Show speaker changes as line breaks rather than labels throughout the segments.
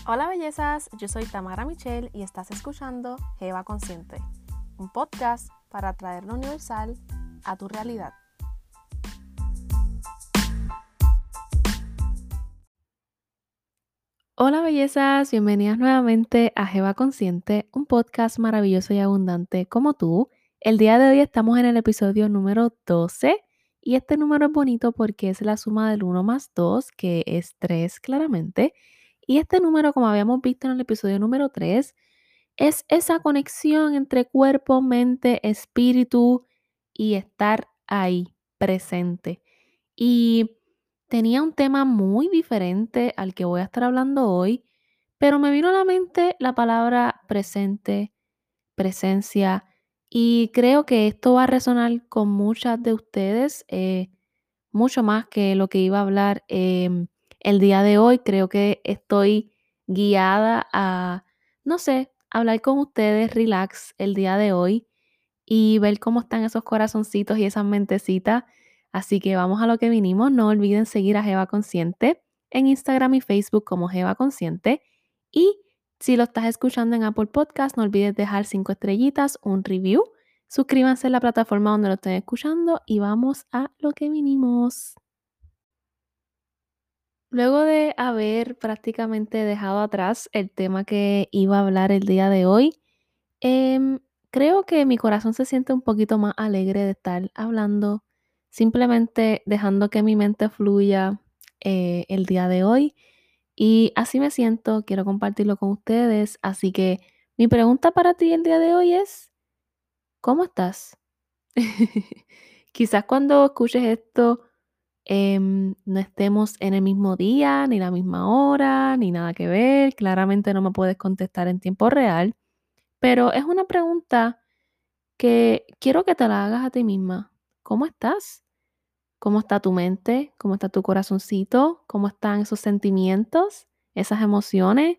Hola bellezas, yo soy Tamara Michelle y estás escuchando Jeva Consciente, un podcast para traer lo universal a tu realidad. Hola bellezas, bienvenidas nuevamente a Jeva Consciente, un podcast maravilloso y abundante como tú. El día de hoy estamos en el episodio número 12 y este número es bonito porque es la suma del 1 más 2, que es 3 claramente. Y este número, como habíamos visto en el episodio número 3, es esa conexión entre cuerpo, mente, espíritu y estar ahí, presente. Y tenía un tema muy diferente al que voy a estar hablando hoy, pero me vino a la mente la palabra presente, presencia, y creo que esto va a resonar con muchas de ustedes, mucho más que lo que iba a hablar el día de hoy. Creo que estoy guiada a, no sé, hablar con ustedes, relax el día de hoy y ver cómo están esos corazoncitos y esas mentecitas. Así que vamos a lo que vinimos. No olviden seguir a Jeva Consciente en Instagram y Facebook como Jeva Consciente. Y si lo estás escuchando en Apple Podcast, no olvides dejar 5 estrellitas, un review. Suscríbanse a la plataforma donde lo estén escuchando y vamos a lo que vinimos. Luego de haber prácticamente dejado atrás el tema que iba a hablar el día de hoy, Em, creo que mi corazón se siente un poquito más alegre de estar hablando, simplemente dejando que mi mente fluya el día de hoy. Y así me siento, quiero compartirlo con ustedes. Así que mi pregunta para ti el día de hoy es, ¿cómo estás? Quizás cuando escuches esto no estemos en el mismo día, ni la misma hora, ni nada que ver. Claramente no me puedes contestar en tiempo real, pero es una pregunta que quiero que te la hagas a ti misma. ¿Cómo estás? ¿Cómo está tu mente? ¿Cómo está tu corazoncito? ¿Cómo están esos sentimientos, esas emociones?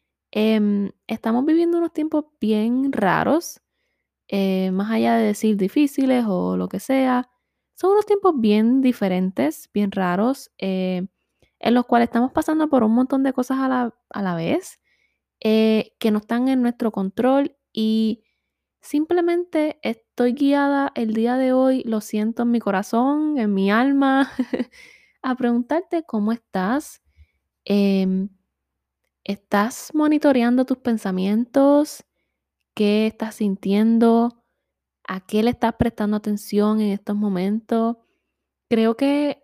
Estamos viviendo unos tiempos bien raros, más allá de decir difíciles o lo que sea. Son unos tiempos bien diferentes, bien raros, en los cuales estamos pasando por un montón de cosas a la vez, que no están en nuestro control y simplemente estoy guiada el día de hoy, lo siento en mi corazón, en mi alma, a preguntarte cómo estás. Em, ¿Estás monitoreando tus pensamientos? ¿Qué estás sintiendo? ¿A qué le estás prestando atención en estos momentos? Creo que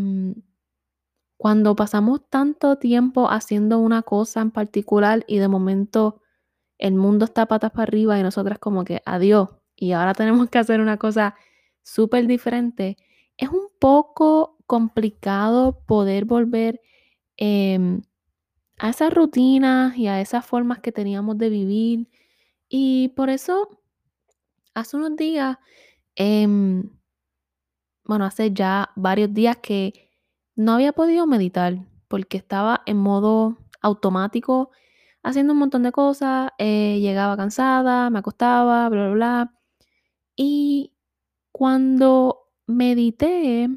cuando pasamos tanto tiempo haciendo una cosa en particular y de momento el mundo está patas para arriba y nosotras como que adiós, y ahora tenemos que hacer una cosa súper diferente, es un poco complicado poder volver em, a esas rutinas y a esas formas que teníamos de vivir. Y por eso hace unos días, em, bueno, hace ya varios días que no había podido meditar porque estaba en modo automático haciendo un montón de cosas, llegaba cansada, me acostaba, bla, bla, bla. Y cuando medité,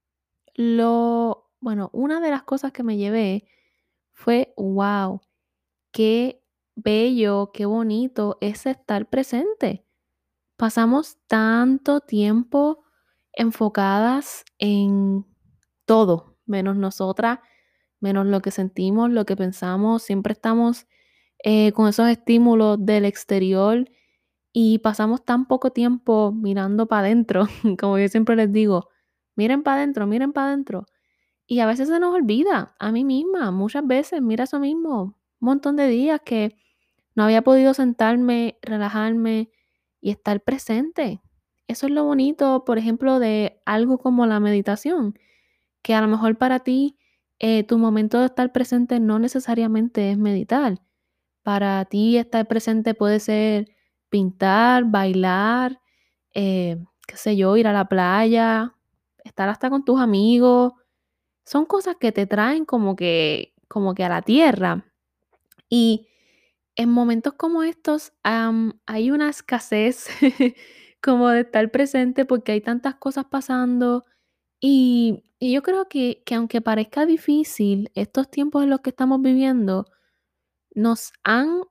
bueno, una de las cosas que me llevé fue, wow, qué bello, qué bonito es estar presente. Pasamos tanto tiempo enfocadas en todo, menos nosotras, menos lo que sentimos, lo que pensamos. Siempre estamos con esos estímulos del exterior y pasamos tan poco tiempo mirando para adentro, como yo siempre les digo, miren para adentro. Y a veces se nos olvida, a mí misma, muchas veces, mira eso mismo, un montón de días que no había podido sentarme, relajarme y estar presente. Eso es lo bonito, por ejemplo, de algo como la meditación, que a lo mejor para ti tu momento de estar presente no necesariamente es meditar. Para ti estar presente puede ser pintar, bailar, qué sé yo, ir a la playa, estar hasta con tus amigos. Son cosas que te traen como que a la tierra. Y en momentos como estos, hay una escasez como de estar presente porque hay tantas cosas pasando. Y yo creo que aunque parezca difícil, estos tiempos en los que estamos viviendo nos han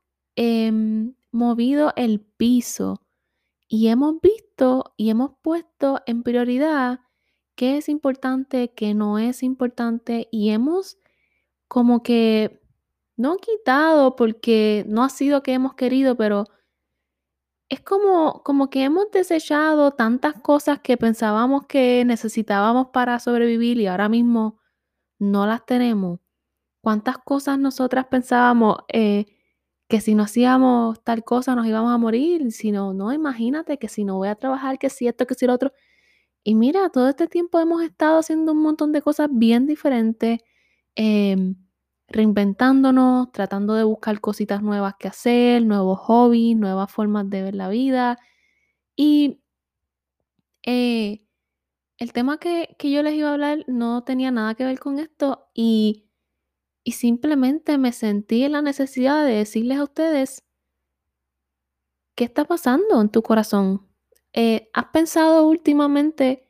movido el piso y hemos visto y hemos puesto en prioridad qué es importante, qué no es importante y hemos como que no quitado porque no ha sido que hemos querido, pero es como que hemos desechado tantas cosas que pensábamos que necesitábamos para sobrevivir y ahora mismo no las tenemos. ¿Cuántas cosas nosotras pensábamos, que si no hacíamos tal cosa nos íbamos a morir? Si no, no, imagínate que si no voy a trabajar, que si esto, que si lo otro. Y mira, todo este tiempo hemos estado haciendo un montón de cosas bien diferentes, em, reinventándonos, tratando de buscar cositas nuevas que hacer, nuevos hobbies, nuevas formas de ver la vida. Y eh, el tema que yo les iba a hablar no tenía nada que ver con esto y simplemente me sentí en la necesidad de decirles a ustedes, ¿qué está pasando en tu corazón? ¿Has pensado últimamente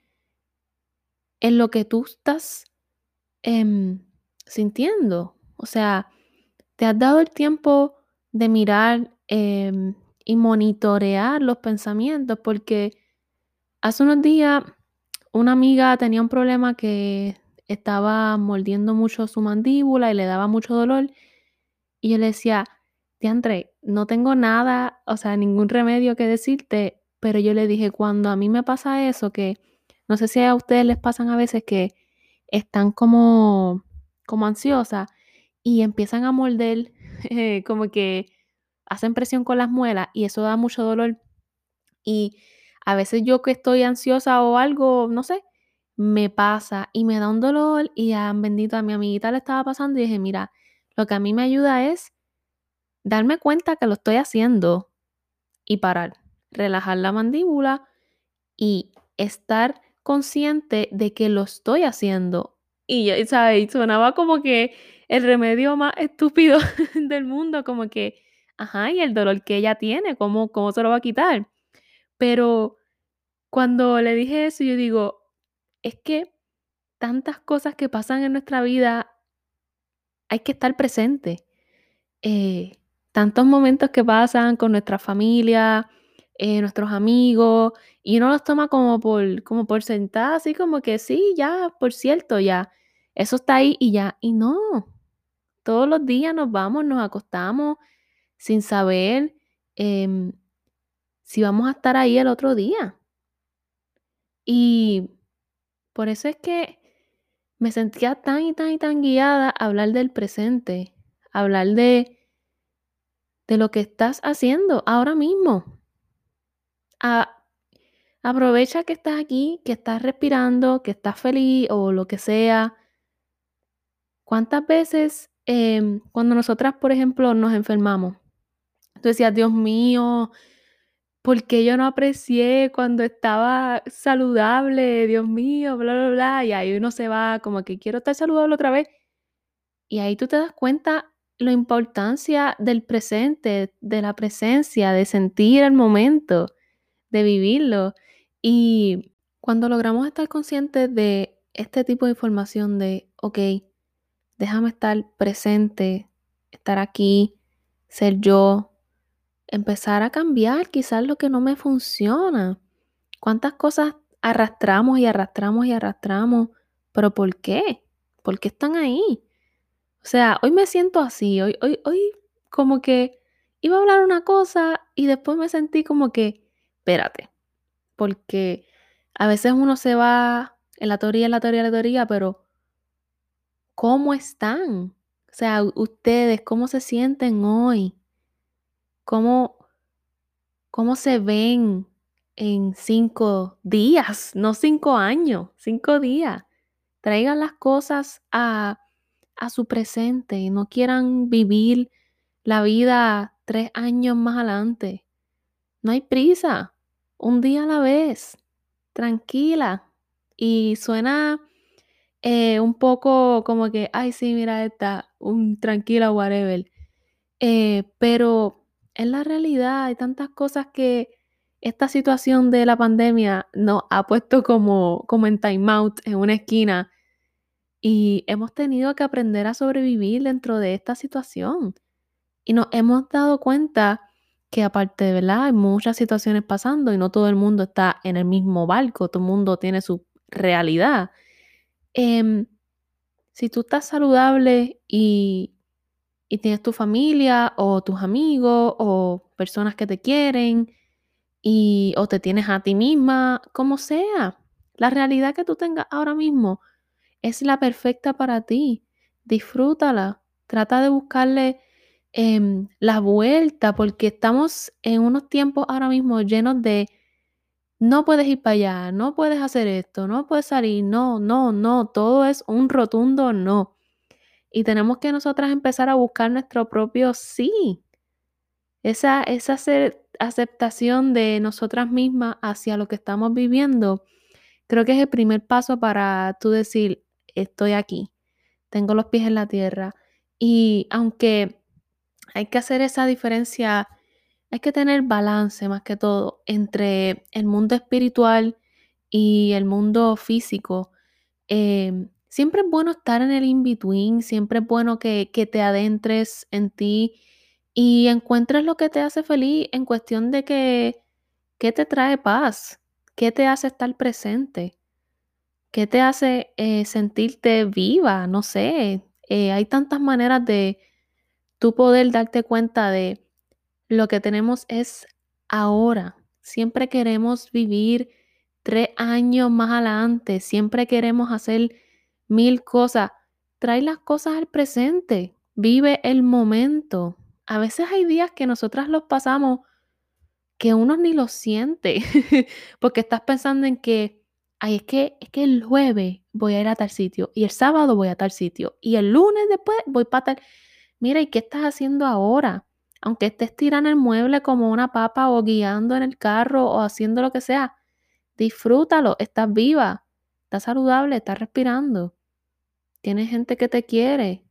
en lo que tú estás em, sintiendo? O sea, ¿te has dado el tiempo de mirar y monitorear los pensamientos? Porque hace unos días una amiga tenía un problema que estaba mordiendo mucho su mandíbula y le daba mucho dolor. Y yo le decía: "Diantre, no tengo nada, o sea, ningún remedio que decirte", pero yo le dije: "Cuando a mí me pasa eso", que no sé si a ustedes les pasan a veces que están como ansiosas y empiezan a morder, como que hacen presión con las muelas y eso da mucho dolor. Y a veces yo que estoy ansiosa o algo, no sé, me pasa y me da un dolor y bendito a mi amiguita le estaba pasando y dije: "Mira, lo que a mí me ayuda es darme cuenta que lo estoy haciendo y parar, relajar la mandíbula y estar consciente de que lo estoy haciendo". Y ya, ¿sabes? Y sonaba como que el remedio más estúpido del mundo, como que, ajá, y el dolor que ella tiene, ¿cómo se lo va a quitar? Pero cuando le dije eso, yo digo, es que tantas cosas que pasan en nuestra vida hay que estar presente. eh, Tantos momentos que pasan con nuestra familia, nuestros amigos, y uno los toma como por sentado, así como que sí, ya, por cierto, ya, eso está ahí y ya. Y no, todos los días nos vamos, nos acostamos sin saber em, si vamos a estar ahí el otro día. Y por eso es que me sentía tan y tan y tan guiada a hablar del presente, a hablar de lo que estás haciendo ahora mismo. Aprovecha que estás aquí, que estás respirando, que estás feliz o lo que sea. ¿Cuántas veces cuando nosotras, por ejemplo, nos enfermamos, tú decías, Dios mío, ¿por qué yo no aprecié cuando estaba saludable? Dios mío, bla, bla, bla. Y ahí uno se va como que quiero estar saludable otra vez. Y ahí tú te das cuenta la importancia del presente, de la presencia, de sentir el momento, de vivirlo. Y cuando logramos estar conscientes de este tipo de información de, ok, déjame estar presente, estar aquí, ser yo, empezar a cambiar quizás lo que no me funciona. ¿Cuántas cosas arrastramos y arrastramos y arrastramos? ¿Pero por qué? ¿Por qué están ahí? O sea, hoy me siento así, hoy como que iba a hablar una cosa y después me sentí como que, espérate, porque a veces uno se va en la teoría, en la teoría, en la teoría, pero ¿cómo están? O sea, ustedes, ¿cómo se sienten hoy? ¿Cómo, cómo se ven en 5 días? No 5 años, 5 días. Traigan las cosas a su presente y no quieran vivir la vida 3 años más adelante. No hay prisa, un día a la vez, tranquila. Y suena un poco como que, ay, sí, mira esta, un tranquila, whatever. Pero es la realidad, hay tantas cosas que esta situación de la pandemia nos ha puesto como en time out, en una esquina, y hemos tenido que aprender a sobrevivir dentro de esta situación. Y nos hemos dado cuenta que aparte, ¿verdad? Hay muchas situaciones pasando y no todo el mundo está en el mismo barco, todo el mundo tiene su realidad. Em, si tú estás saludable y tienes tu familia o tus amigos o personas que te quieren o te tienes a ti misma, como sea, la realidad que tú tengas ahora mismo es la perfecta para ti. Disfrútala. Trata de buscarle la vuelta, porque estamos en unos tiempos ahora mismo llenos de no puedes ir para allá, no puedes hacer esto, no puedes salir, no, no, no, todo es un rotundo no. Y tenemos que nosotras empezar a buscar nuestro propio sí. Esa aceptación de nosotras mismas hacia lo que estamos viviendo, creo que es el primer paso para tú decir, estoy aquí, tengo los pies en la tierra. Y aunque hay que hacer esa diferencia, hay que tener balance más que todo entre el mundo espiritual y el mundo físico. Siempre es bueno estar en el in-between, siempre es bueno que te adentres en ti y encuentres lo que te hace feliz en cuestión de que, qué te trae paz, qué te hace estar presente, qué te hace sentirte viva, no sé. Hay tantas maneras de tú poder darte cuenta de lo que tenemos es ahora. Siempre queremos vivir 3 años más adelante, siempre queremos hacer mil cosas. Trae las cosas al presente, vive el momento. A veces hay días que nosotras los pasamos que uno ni lo siente, porque estás pensando en que, ay, es que el jueves voy a ir a tal sitio y el sábado voy a tal sitio y el lunes después voy para tal. Mira, ¿y qué estás haciendo ahora? Aunque estés tirando el mueble como una papa o guiando en el carro o haciendo lo que sea, disfrútalo, estás viva, estás saludable, estás respirando, tienes gente que te quiere,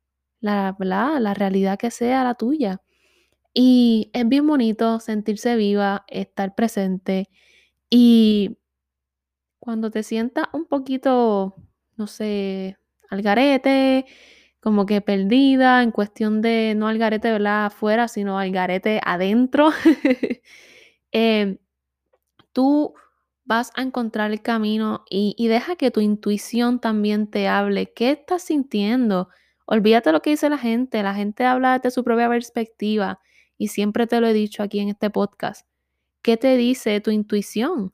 la realidad que sea la tuya. Y es bien bonito sentirse viva, estar presente y cuando te sientas un poquito, no sé, al garete, como que perdida en cuestión de no al garete, ¿verdad? Afuera, sino al garete adentro, em, tú vas a encontrar el camino y deja que tu intuición también te hable. ¿Qué estás sintiendo? Olvídate lo que dice la gente habla desde su propia perspectiva y siempre te lo he dicho aquí en este podcast. ¿Qué te dice tu intuición?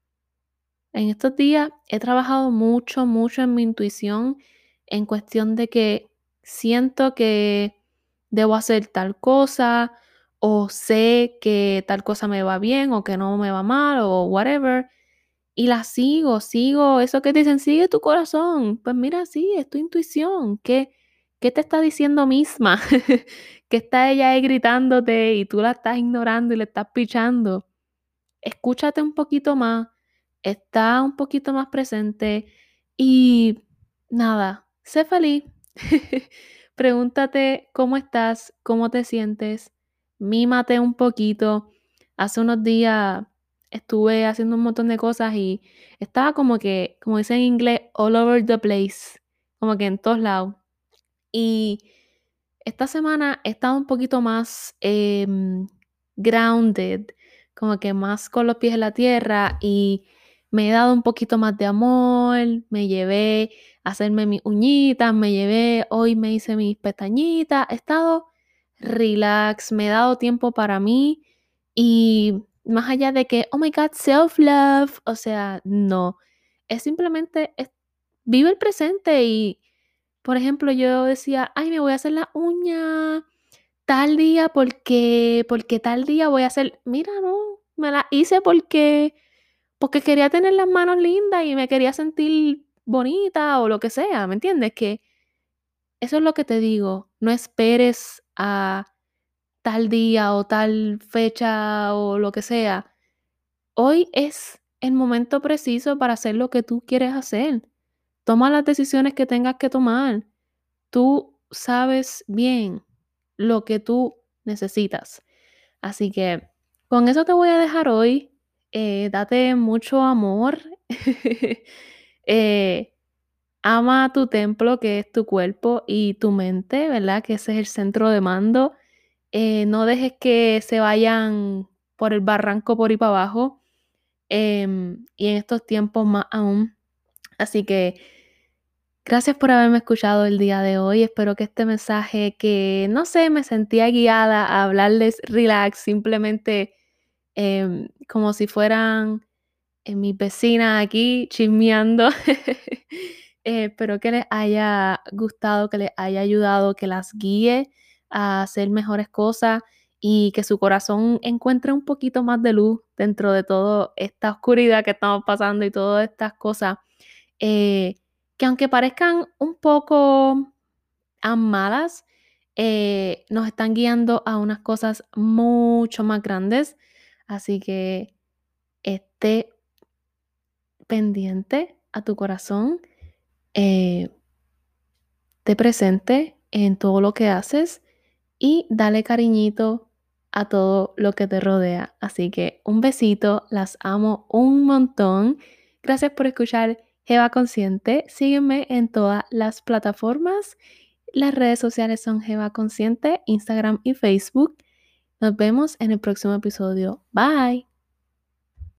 En estos días he trabajado mucho, mucho en mi intuición en cuestión de que siento que debo hacer tal cosa o sé que tal cosa me va bien o que no me va mal o whatever. Y la sigo eso que te dicen, sigue tu corazón. Pues mira, sí, es tu intuición. ¿Qué te está diciendo misma? Que está ella ahí gritándote y tú la estás ignorando y le estás pichando. Escúchate un poquito más, está un poquito más presente y nada, sé feliz. Pregúntate cómo estás, cómo te sientes, mímate un poquito. Hace unos días estuve haciendo un montón de cosas y estaba como que, como dicen en inglés, all over the place, como que en todos lados. Y esta semana he estado un poquito más grounded, como que más con los pies en la tierra y me he dado un poquito más de amor, me llevé a hacerme mis uñitas, hoy me hice mis pestañitas, he estado relax, me he dado tiempo para mí y más allá de que, oh my God, self-love, o sea, no, es simplemente, vive el presente y por ejemplo, yo decía: "Ay, me voy a hacer la uña tal día porque tal día voy a hacer". Mira, no, me la hice porque quería tener las manos lindas y me quería sentir bonita o lo que sea, ¿me entiendes? Que eso es lo que te digo, no esperes a tal día o tal fecha o lo que sea. Hoy es el momento preciso para hacer lo que tú quieres hacer. Toma las decisiones que tengas que tomar. Tú sabes bien lo que tú necesitas. Así que con eso te voy a dejar hoy. Date mucho amor. Eh, ama tu templo, que es tu cuerpo, y tu mente, ¿verdad? Que ese es el centro de mando. no dejes que se vayan por el barranco por ahí para abajo, y en estos tiempos más aún. Así que gracias por haberme escuchado el día de hoy. Espero que este mensaje que, no sé, me sentía guiada a hablarles relax, simplemente como si fueran mis vecinas aquí chismeando. Espero que les haya gustado, que les haya ayudado, que las guíe a hacer mejores cosas y que su corazón encuentre un poquito más de luz dentro de toda esta oscuridad que estamos pasando y todas estas cosas eh, que aunque parezcan un poco malas, nos están guiando a unas cosas mucho más grandes. Así que esté pendiente a tu corazón, eh, esté presente en todo lo que haces y dale cariñito a todo lo que te rodea. Así que un besito, las amo un montón. Gracias por escuchar Jeva Consciente. Sígueme en todas las plataformas. Las redes sociales son Jeva Consciente, Instagram y Facebook. Nos vemos en el próximo episodio. Bye.